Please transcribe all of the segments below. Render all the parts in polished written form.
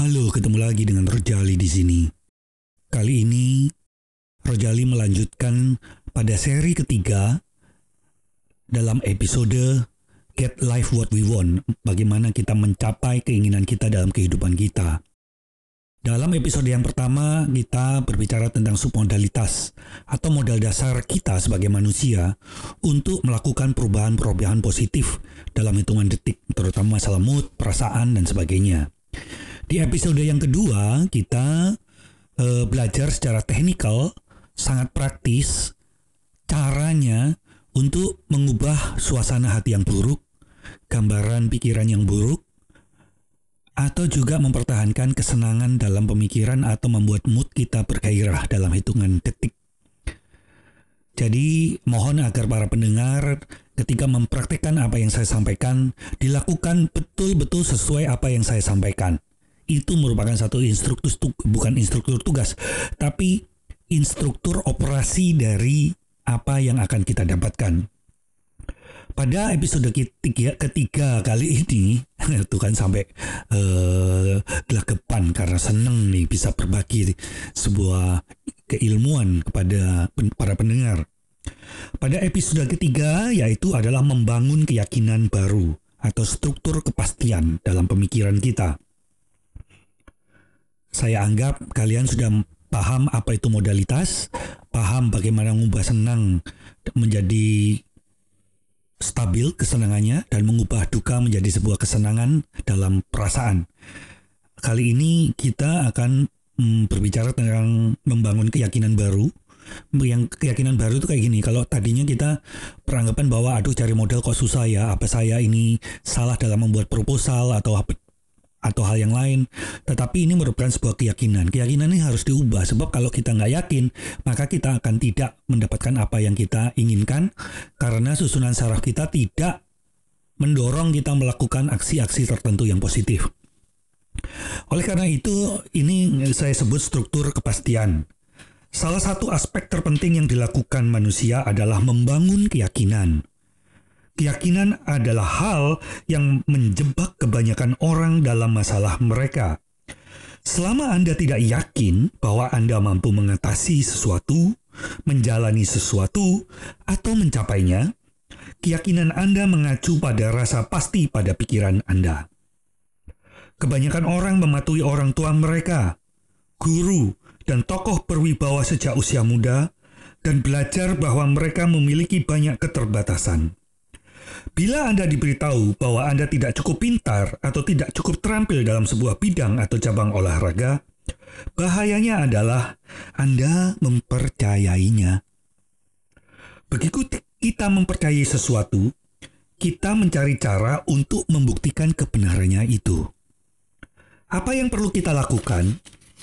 Halo, ketemu lagi dengan Rojali di sini. Kali ini Rojali melanjutkan pada seri ketiga dalam episode Get Life What We Want, bagaimana kita mencapai keinginan kita dalam kehidupan kita. Dalam episode yang pertama, kita berbicara tentang submodalitas atau modal dasar kita sebagai manusia untuk melakukan perubahan-perubahan positif dalam hitungan detik, terutama masalah mood, perasaan, dan sebagainya. Di episode yang kedua, kita belajar secara teknikal, sangat praktis, caranya untuk mengubah suasana hati yang buruk, gambaran pikiran yang buruk, atau juga mempertahankan kesenangan dalam pemikiran atau membuat mood kita bergairah dalam hitungan detik. Jadi mohon agar para pendengar ketika mempraktikkan apa yang saya sampaikan, dilakukan betul-betul sesuai apa yang saya sampaikan. Itu merupakan satu bukan instruktur tugas, tapi instruktur operasi dari apa yang akan kita dapatkan. Pada episode ketiga kali ini, itu kan sampai gelagapan karena seneng nih bisa berbagi sebuah keilmuan kepada para pendengar. Pada episode ketiga yaitu adalah membangun keyakinan baru atau struktur kepastian dalam pemikiran kita. Saya anggap kalian sudah paham apa itu modalitas, paham bagaimana mengubah senang menjadi stabil kesenangannya dan mengubah duka menjadi sebuah kesenangan dalam perasaan. Kali ini kita akan berbicara tentang membangun keyakinan baru. Yang keyakinan baru itu kayak gini, kalau tadinya kita beranggapan bahwa cari modal kok susah ya, apa saya ini salah dalam membuat proposal atau hal yang lain. Tetapi ini merupakan sebuah keyakinan. Keyakinan ini harus diubah, sebab kalau kita nggak yakin, maka kita akan tidak mendapatkan apa yang kita inginkan, karena susunan saraf kita tidak mendorong kita melakukan aksi-aksi tertentu yang positif. Oleh karena itu, ini saya sebut struktur kepastian. Salah satu aspek terpenting yang dilakukan manusia adalah membangun keyakinan. Keyakinan adalah hal yang menjebak kebanyakan orang dalam masalah mereka. Selama Anda tidak yakin bahwa Anda mampu mengatasi sesuatu, menjalani sesuatu, atau mencapainya, keyakinan Anda mengacu pada rasa pasti pada pikiran Anda. Kebanyakan orang mematuhi orang tua mereka, guru, dan tokoh berwibawa sejak usia muda, dan belajar bahwa mereka memiliki banyak keterbatasan. Bila Anda diberitahu bahwa Anda tidak cukup pintar atau tidak cukup terampil dalam sebuah bidang atau cabang olahraga, bahayanya adalah Anda mempercayainya. Begitu kita mempercayai sesuatu, kita mencari cara untuk membuktikan kebenarannya itu. Apa yang perlu kita lakukan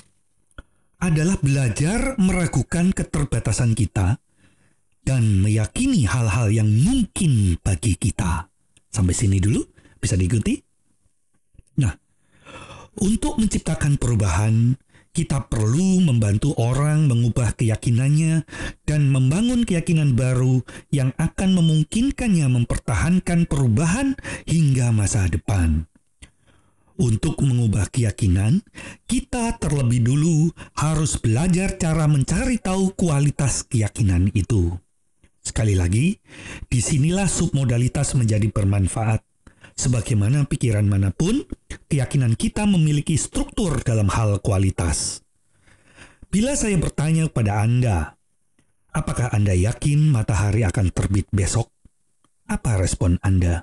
adalah belajar meragukan keterbatasan kita dan meyakini hal-hal yang mungkin bagi kita. Sampai sini dulu, bisa diikuti? Nah, untuk menciptakan perubahan, kita perlu membantu orang mengubah keyakinannya dan membangun keyakinan baru yang akan memungkinkannya mempertahankan perubahan hingga masa depan. Untuk mengubah keyakinan, kita terlebih dulu harus belajar cara mencari tahu kualitas keyakinan itu. Sekali lagi, disinilah submodalitas menjadi bermanfaat. Sebagaimana pikiran manapun, keyakinan kita memiliki struktur dalam hal kualitas. Bila saya bertanya kepada Anda, apakah Anda yakin matahari akan terbit besok? Apa respon Anda?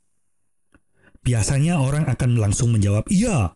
Biasanya orang akan langsung menjawab iya.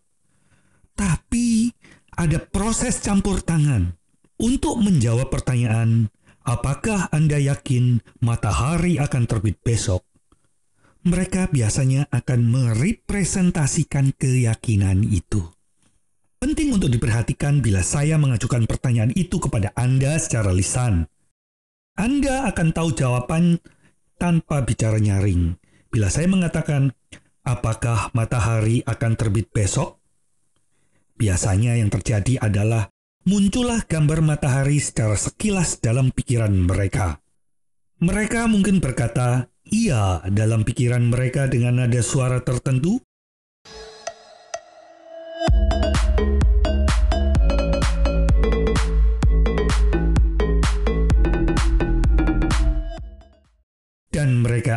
Tapi ada proses campur tangan untuk menjawab pertanyaan, apakah Anda yakin matahari akan terbit besok? Mereka biasanya akan merepresentasikan keyakinan itu. Penting untuk diperhatikan bila saya mengajukan pertanyaan itu kepada Anda secara lisan. Anda akan tahu jawaban tanpa bicara nyaring. Bila saya mengatakan, apakah matahari akan terbit besok? Biasanya yang terjadi adalah muncullah gambar matahari secara sekilas dalam pikiran mereka. Mereka mungkin berkata, iya dalam pikiran mereka dengan nada suara tertentu.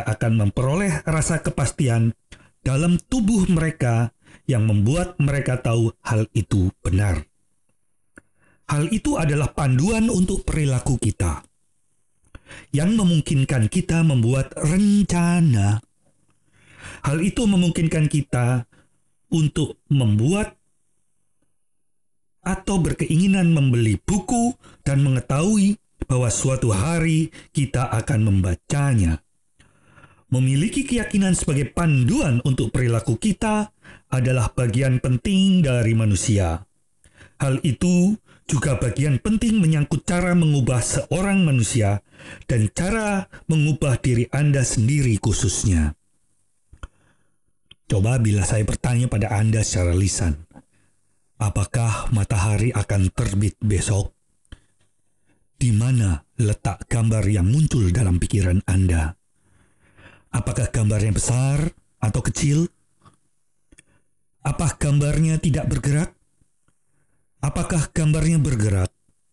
mereka akan memperoleh rasa kepastian dalam tubuh mereka yang membuat mereka tahu hal itu benar. Hal itu adalah panduan untuk perilaku kita, yang memungkinkan kita membuat rencana. Hal itu memungkinkan kita untuk membuat atau berkeinginan membeli buku dan mengetahui bahwa suatu hari kita akan membacanya. Memiliki keyakinan sebagai panduan untuk perilaku kita adalah bagian penting dari manusia. Hal itu juga bagian penting menyangkut cara mengubah seorang manusia dan cara mengubah diri Anda sendiri khususnya. Coba bila saya bertanya pada Anda secara lisan, apakah matahari akan terbit besok? Di mana letak gambar yang muncul dalam pikiran Anda? Apakah gambarnya besar atau kecil? Apakah gambarnya tidak bergerak? Apakah gambarnya bergerak?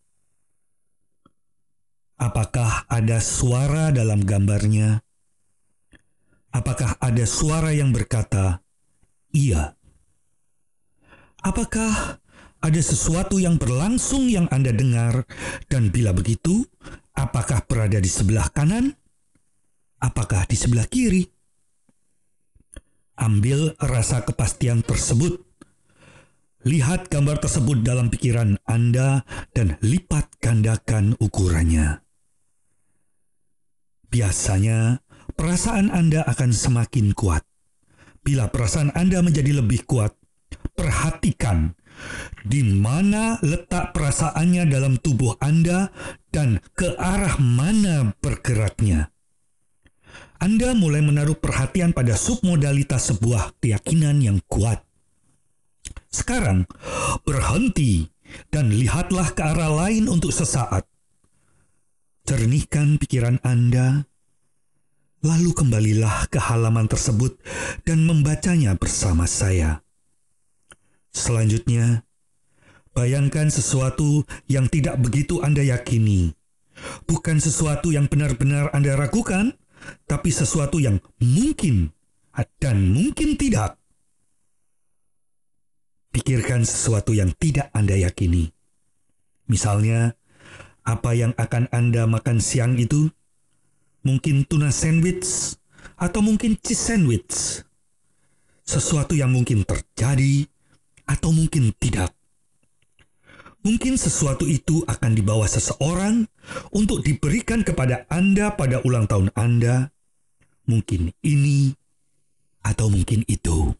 Apakah ada suara dalam gambarnya? Apakah ada suara yang berkata, "Iya"? Apakah ada sesuatu yang berlangsung yang Anda dengar? Dan bila begitu, apakah berada di sebelah kanan? Apakah di sebelah kiri? Ambil rasa kepastian tersebut. Lihat gambar tersebut dalam pikiran Anda dan lipat gandakan ukurannya. Biasanya, perasaan Anda akan semakin kuat. Bila perasaan Anda menjadi lebih kuat, perhatikan di mana letak perasaannya dalam tubuh Anda dan ke arah mana bergeraknya. Anda mulai menaruh perhatian pada submodalitas sebuah keyakinan yang kuat. Sekarang, berhenti dan lihatlah ke arah lain untuk sesaat. Jernihkan pikiran Anda, lalu kembalilah ke halaman tersebut dan membacanya bersama saya. Selanjutnya, bayangkan sesuatu yang tidak begitu Anda yakini. Bukan sesuatu yang benar-benar Anda ragukan, tapi sesuatu yang mungkin dan mungkin tidak. Pikirkan sesuatu yang tidak Anda yakini. Misalnya, apa yang akan Anda makan siang itu? Mungkin tuna sandwich atau mungkin cheese sandwich. Sesuatu yang mungkin terjadi atau mungkin tidak. Mungkin sesuatu itu akan dibawa seseorang untuk diberikan kepada Anda pada ulang tahun Anda. Mungkin ini atau mungkin itu.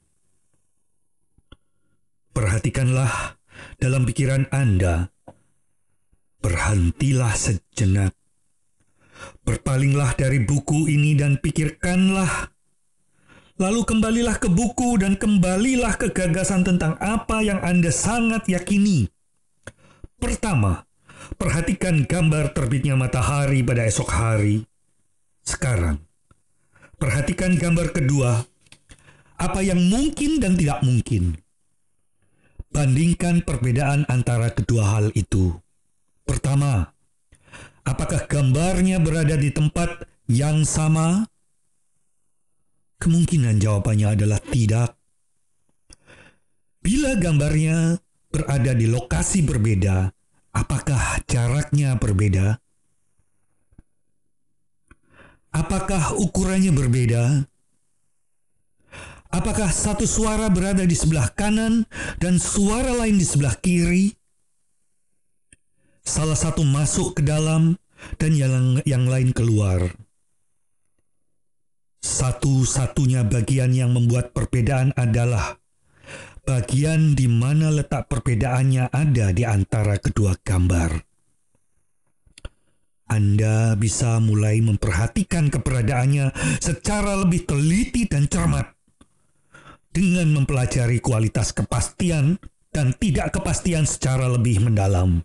Perhatikanlah dalam pikiran Anda. Berhentilah sejenak. Berpalinglah dari buku ini dan pikirkanlah. Lalu kembalilah ke buku dan kembalilah ke gagasan tentang apa yang Anda sangat yakini. Pertama, perhatikan gambar terbitnya matahari pada esok hari. Sekarang, perhatikan gambar kedua, apa yang mungkin dan tidak mungkin. Bandingkan perbedaan antara kedua hal itu. Pertama, apakah gambarnya berada di tempat yang sama? Kemungkinan jawabannya adalah tidak. Bila gambarnya berada di lokasi berbeda, apakah jaraknya berbeda? Apakah ukurannya berbeda? Apakah satu suara berada di sebelah kanan dan suara lain di sebelah kiri? Salah satu masuk ke dalam dan yang lain keluar. Satu-satunya bagian yang membuat perbedaan adalah bagian di mana letak perbedaannya ada di antara kedua gambar. Anda bisa mulai memperhatikan keberadaannya secara lebih teliti dan cermat dengan mempelajari kualitas kepastian dan tidak kepastian secara lebih mendalam.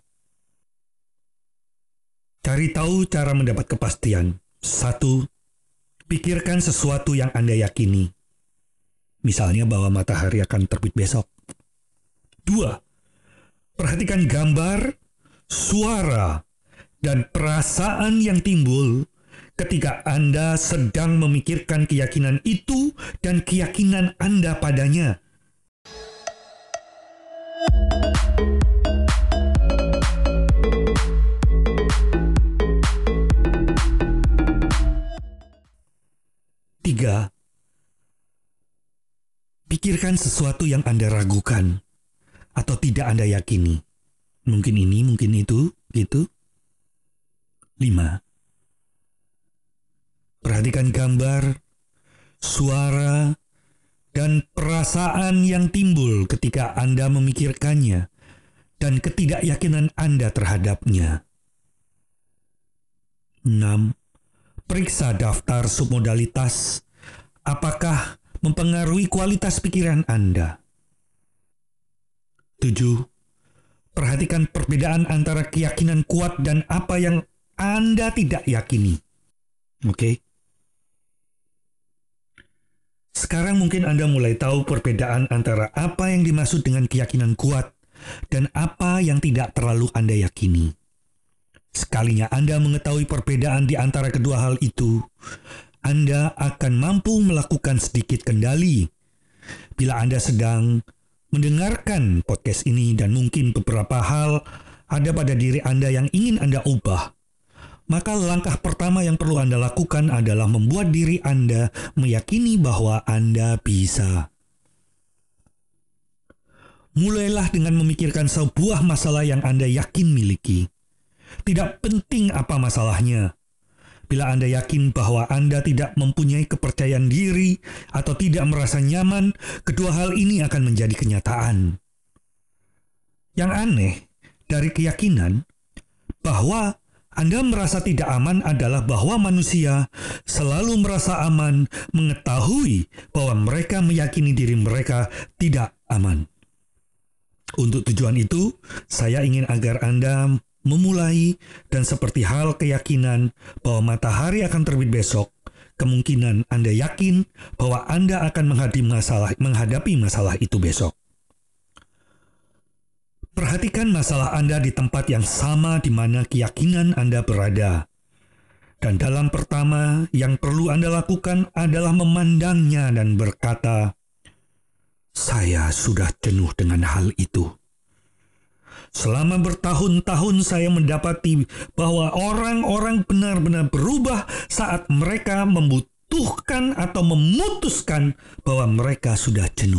Cari tahu cara mendapat kepastian. 1. Pikirkan sesuatu yang Anda yakini. Misalnya bahwa matahari akan terbit besok. 2. Perhatikan gambar, suara, dan perasaan yang timbul ketika Anda sedang memikirkan keyakinan itu dan keyakinan Anda padanya. Tiga, pikirkan sesuatu yang Anda ragukan atau tidak Anda yakini. Mungkin ini, mungkin itu, gitu. 5. Perhatikan gambar, suara, dan perasaan yang timbul ketika Anda memikirkannya dan ketidakyakinan Anda terhadapnya. 6. Periksa daftar submodalitas. Apakah mempengaruhi kualitas pikiran Anda? 7. Perhatikan perbedaan antara keyakinan kuat dan apa yang Anda tidak yakini. Oke. Sekarang mungkin Anda mulai tahu perbedaan antara apa yang dimaksud dengan keyakinan kuat dan apa yang tidak terlalu Anda yakini. Sekalinya Anda mengetahui perbedaan di antara kedua hal itu, Anda akan mampu melakukan sedikit kendali. Bila Anda sedang mendengarkan podcast ini dan mungkin beberapa hal ada pada diri Anda yang ingin Anda ubah, maka langkah pertama yang perlu Anda lakukan adalah membuat diri Anda meyakini bahwa Anda bisa. Mulailah dengan memikirkan sebuah masalah yang Anda yakin miliki. Tidak penting apa masalahnya. Bila Anda yakin bahwa Anda tidak mempunyai kepercayaan diri atau tidak merasa nyaman, kedua hal ini akan menjadi kenyataan. Yang aneh dari keyakinan bahwa Anda merasa tidak aman adalah bahwa manusia selalu merasa aman mengetahui bahwa mereka meyakini diri mereka tidak aman. Untuk tujuan itu, saya ingin agar Anda memulai dan seperti hal keyakinan bahwa matahari akan terbit besok, kemungkinan Anda yakin bahwa Anda akan menghadapi masalah itu besok. Perhatikan masalah Anda di tempat yang sama di mana keyakinan Anda berada. Dan dalam pertama yang perlu Anda lakukan adalah memandangnya dan berkata, "Saya sudah jenuh dengan hal itu." Selama bertahun-tahun saya mendapati bahwa orang-orang benar-benar berubah saat mereka membutuhkan atau memutuskan bahwa mereka sudah jenuh.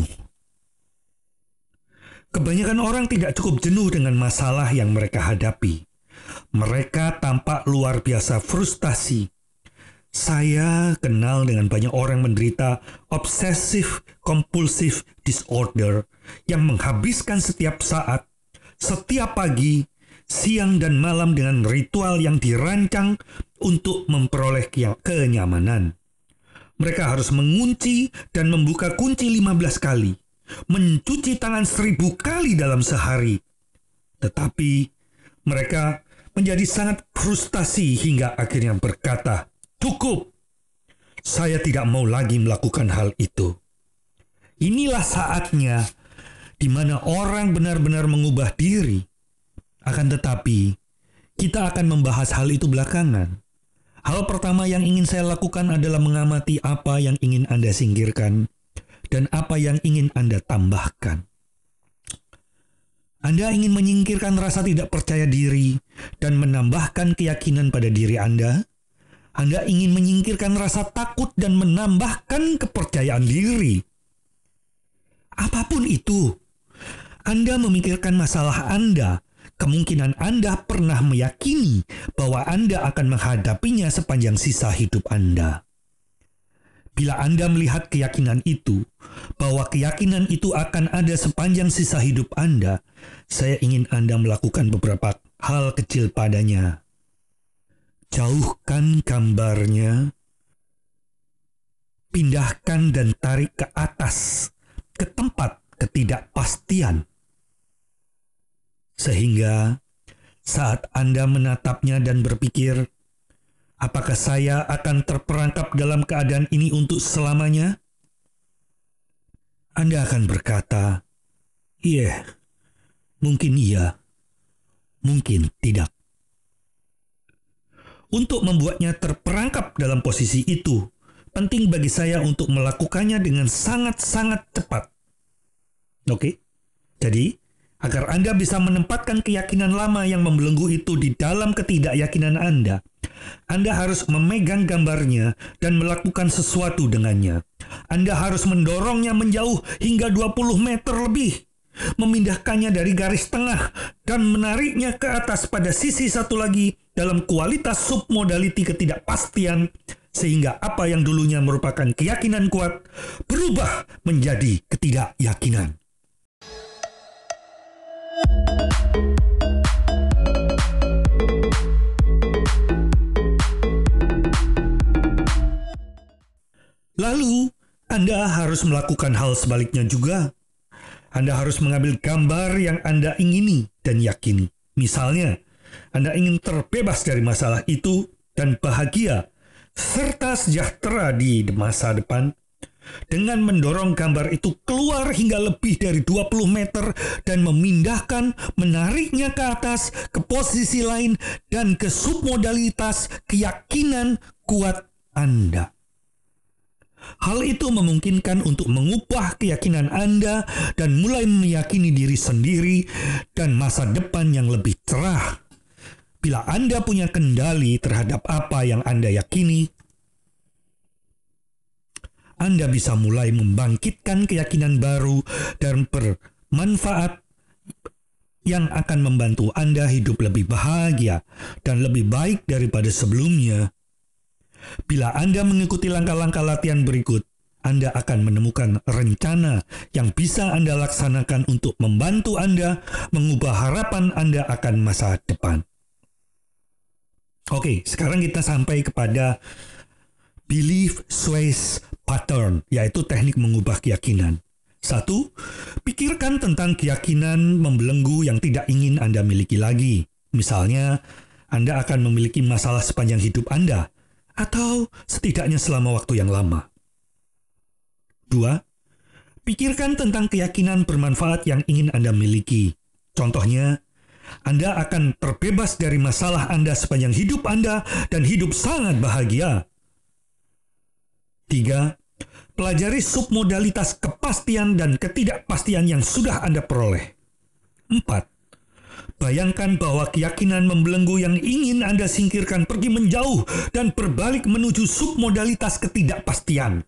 Kebanyakan orang tidak cukup jenuh dengan masalah yang mereka hadapi. Mereka tampak luar biasa frustasi. Saya kenal dengan banyak orang menderita obsessive compulsive disorder yang menghabiskan setiap saat, setiap pagi, siang dan malam dengan ritual yang dirancang untuk memperoleh kenyamanan. Mereka harus mengunci dan membuka kunci 15 kali, mencuci tangan 1000 kali dalam sehari. Tetapi mereka menjadi sangat frustasi hingga akhirnya berkata, "Cukup, saya tidak mau lagi melakukan hal itu." Inilah saatnya di mana orang benar-benar mengubah diri. Akan tetapi, kita akan membahas hal itu belakangan. Hal pertama yang ingin saya lakukan adalah mengamati apa yang ingin Anda singkirkan dan apa yang ingin Anda tambahkan. Anda ingin menyingkirkan rasa tidak percaya diri dan menambahkan keyakinan pada diri Anda. Anda ingin menyingkirkan rasa takut dan menambahkan kepercayaan diri. Apapun itu, Anda memikirkan masalah Anda, kemungkinan Anda pernah meyakini bahwa Anda akan menghadapinya sepanjang sisa hidup Anda. Bila Anda melihat keyakinan itu, bahwa keyakinan itu akan ada sepanjang sisa hidup Anda, saya ingin Anda melakukan beberapa hal kecil padanya. Jauhkan gambarnya, pindahkan dan tarik ke atas, ke tempat ketidakpastian. Sehingga saat Anda menatapnya dan berpikir, apakah saya akan terperangkap dalam keadaan ini untuk selamanya? Anda akan berkata, iya, mungkin tidak. Untuk membuatnya terperangkap dalam posisi itu, penting bagi saya untuk melakukannya dengan sangat-sangat cepat. Oke? Jadi, agar Anda bisa menempatkan keyakinan lama yang membelenggu itu di dalam ketidakyakinan Anda harus memegang gambarnya dan melakukan sesuatu dengannya. Anda harus mendorongnya menjauh hingga 20 meter lebih, memindahkannya dari garis tengah dan menariknya ke atas pada sisi satu lagi dalam kualitas submodality ketidakpastian, sehingga apa yang dulunya merupakan keyakinan kuat berubah menjadi ketidakyakinan. Lalu, Anda harus melakukan hal sebaliknya juga. Anda harus mengambil gambar yang Anda ingini dan yakini. Misalnya, Anda ingin terbebas dari masalah itu dan bahagia, serta sejahtera di masa depan. Dengan mendorong gambar itu keluar hingga lebih dari 20 meter dan memindahkan, menariknya ke atas, ke posisi lain, dan ke submodalitas keyakinan kuat Anda. Hal itu memungkinkan untuk mengubah keyakinan Anda dan mulai meyakini diri sendiri dan masa depan yang lebih cerah. Bila Anda punya kendali terhadap apa yang Anda yakini, Anda bisa mulai membangkitkan keyakinan baru dan bermanfaat yang akan membantu Anda hidup lebih bahagia dan lebih baik daripada sebelumnya. Bila Anda mengikuti langkah-langkah latihan berikut, Anda akan menemukan rencana yang bisa Anda laksanakan untuk membantu Anda mengubah harapan Anda akan masa depan. Oke, sekarang kita sampai kepada Belief Sways Pattern, yaitu teknik mengubah keyakinan. 1. Pikirkan tentang keyakinan membelenggu yang tidak ingin Anda miliki lagi. Misalnya, Anda akan memiliki masalah sepanjang hidup Anda, atau setidaknya selama waktu yang lama. 2. Pikirkan tentang keyakinan bermanfaat yang ingin Anda miliki. Contohnya, Anda akan terbebas dari masalah Anda sepanjang hidup Anda dan hidup sangat bahagia. 3. Pelajari submodalitas kepastian dan ketidakpastian yang sudah Anda peroleh. 4. Bayangkan bahwa keyakinan membelenggu yang ingin Anda singkirkan pergi menjauh dan berbalik menuju submodalitas ketidakpastian.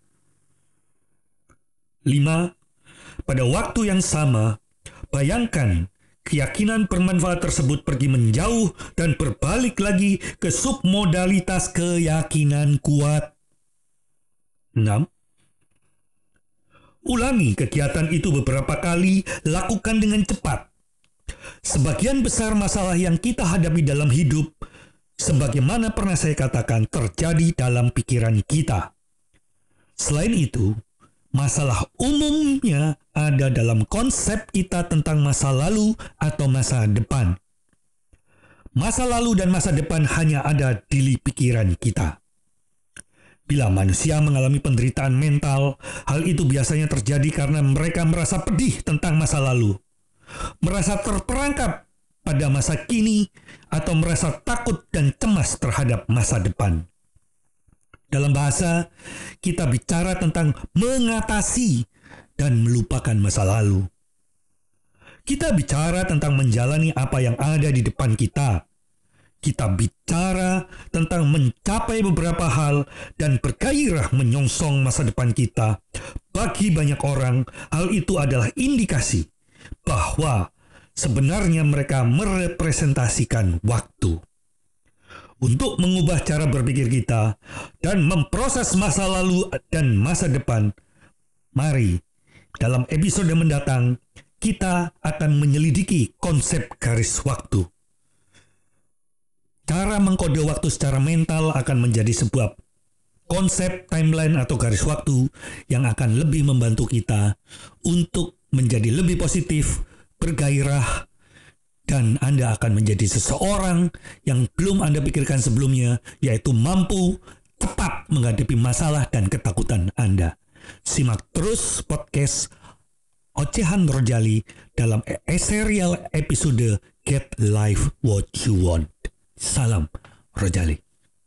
5. Pada waktu yang sama, bayangkan keyakinan bermanfaat tersebut pergi menjauh dan berbalik lagi ke submodalitas keyakinan kuat. 6. Ulangi kegiatan itu beberapa kali, lakukan dengan cepat. Sebagian besar masalah yang kita hadapi dalam hidup, sebagaimana pernah saya katakan, terjadi dalam pikiran kita. Selain itu, masalah umumnya ada dalam konsep kita tentang masa lalu atau masa depan. Masa lalu dan masa depan hanya ada di pikiran kita. Bila manusia mengalami penderitaan mental, hal itu biasanya terjadi karena mereka merasa pedih tentang masa lalu, merasa terperangkap pada masa kini, atau merasa takut dan cemas terhadap masa depan. Dalam bahasa, kita bicara tentang mengatasi dan melupakan masa lalu. Kita bicara tentang menjalani apa yang ada di depan kita. Kita bicara tentang mencapai beberapa hal dan bergairah menyongsong masa depan kita. Bagi banyak orang, hal itu adalah indikasi bahwa sebenarnya mereka merepresentasikan waktu. Untuk mengubah cara berpikir kita dan memproses masa lalu dan masa depan, mari dalam episode mendatang kita akan menyelidiki konsep garis waktu. Cara mengkode waktu secara mental akan menjadi sebuah konsep timeline atau garis waktu yang akan lebih membantu kita untuk menjadi lebih positif, bergairah, dan Anda akan menjadi seseorang yang belum Anda pikirkan sebelumnya, yaitu mampu tepat menghadapi masalah dan ketakutan Anda. Simak terus podcast Ocehan Rojali dalam serial episode Get Life What You Want. Salam Rojali.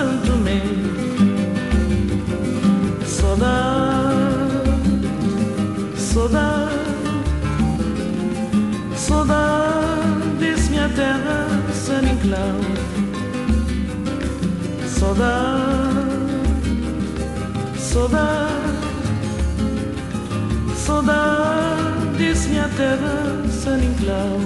Santo Tomé. Saudade, saudade, saudades minha terra, San Inclau. Saudade, saudade, saudades minha terra, San Inclau.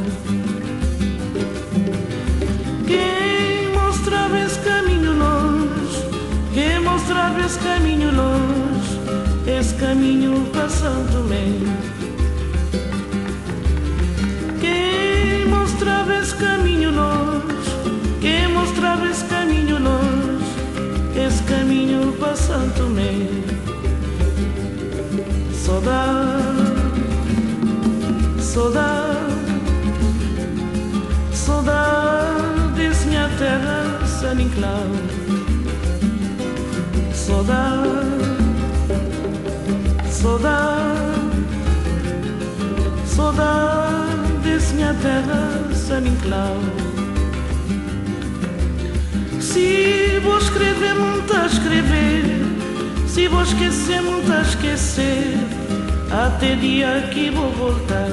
Quem mostrava esse caminho longe, quem mostrava esse caminho longe, esse caminho para Santo Tomé. Quem mostrava esse caminho longe, quem mostrava esse caminho longe, esse caminho para Santo Tomé. Saudade, saudade, saudades minha terra, San Inclau. Saudade, saudade, saudades minha terra, San Inclau. Se vou escrever, muito a escrever, se vou esquecer, muito a esquecer, até dia que vou voltar.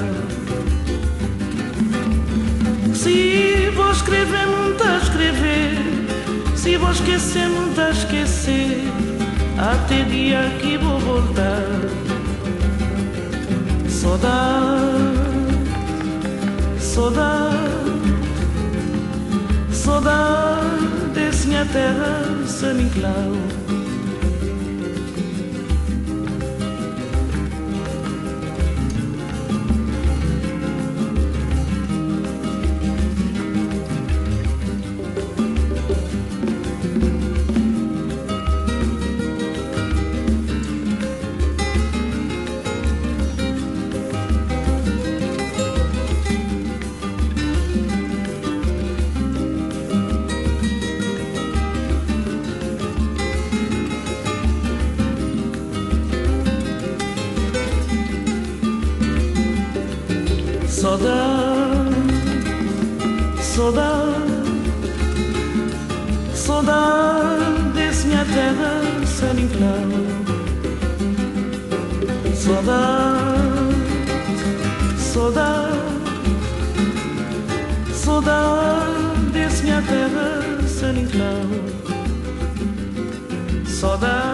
Se vou escrever, muito a escrever, se vou esquecer, muito a esquecer, até dia que vou voltar. Saudade, saudade, saudades minha terra, San Inclau. Saudade, saudade, saudades minha terra, San Inclau. Saudade, saudade, saudades minha terra, San Inclau. Saudade.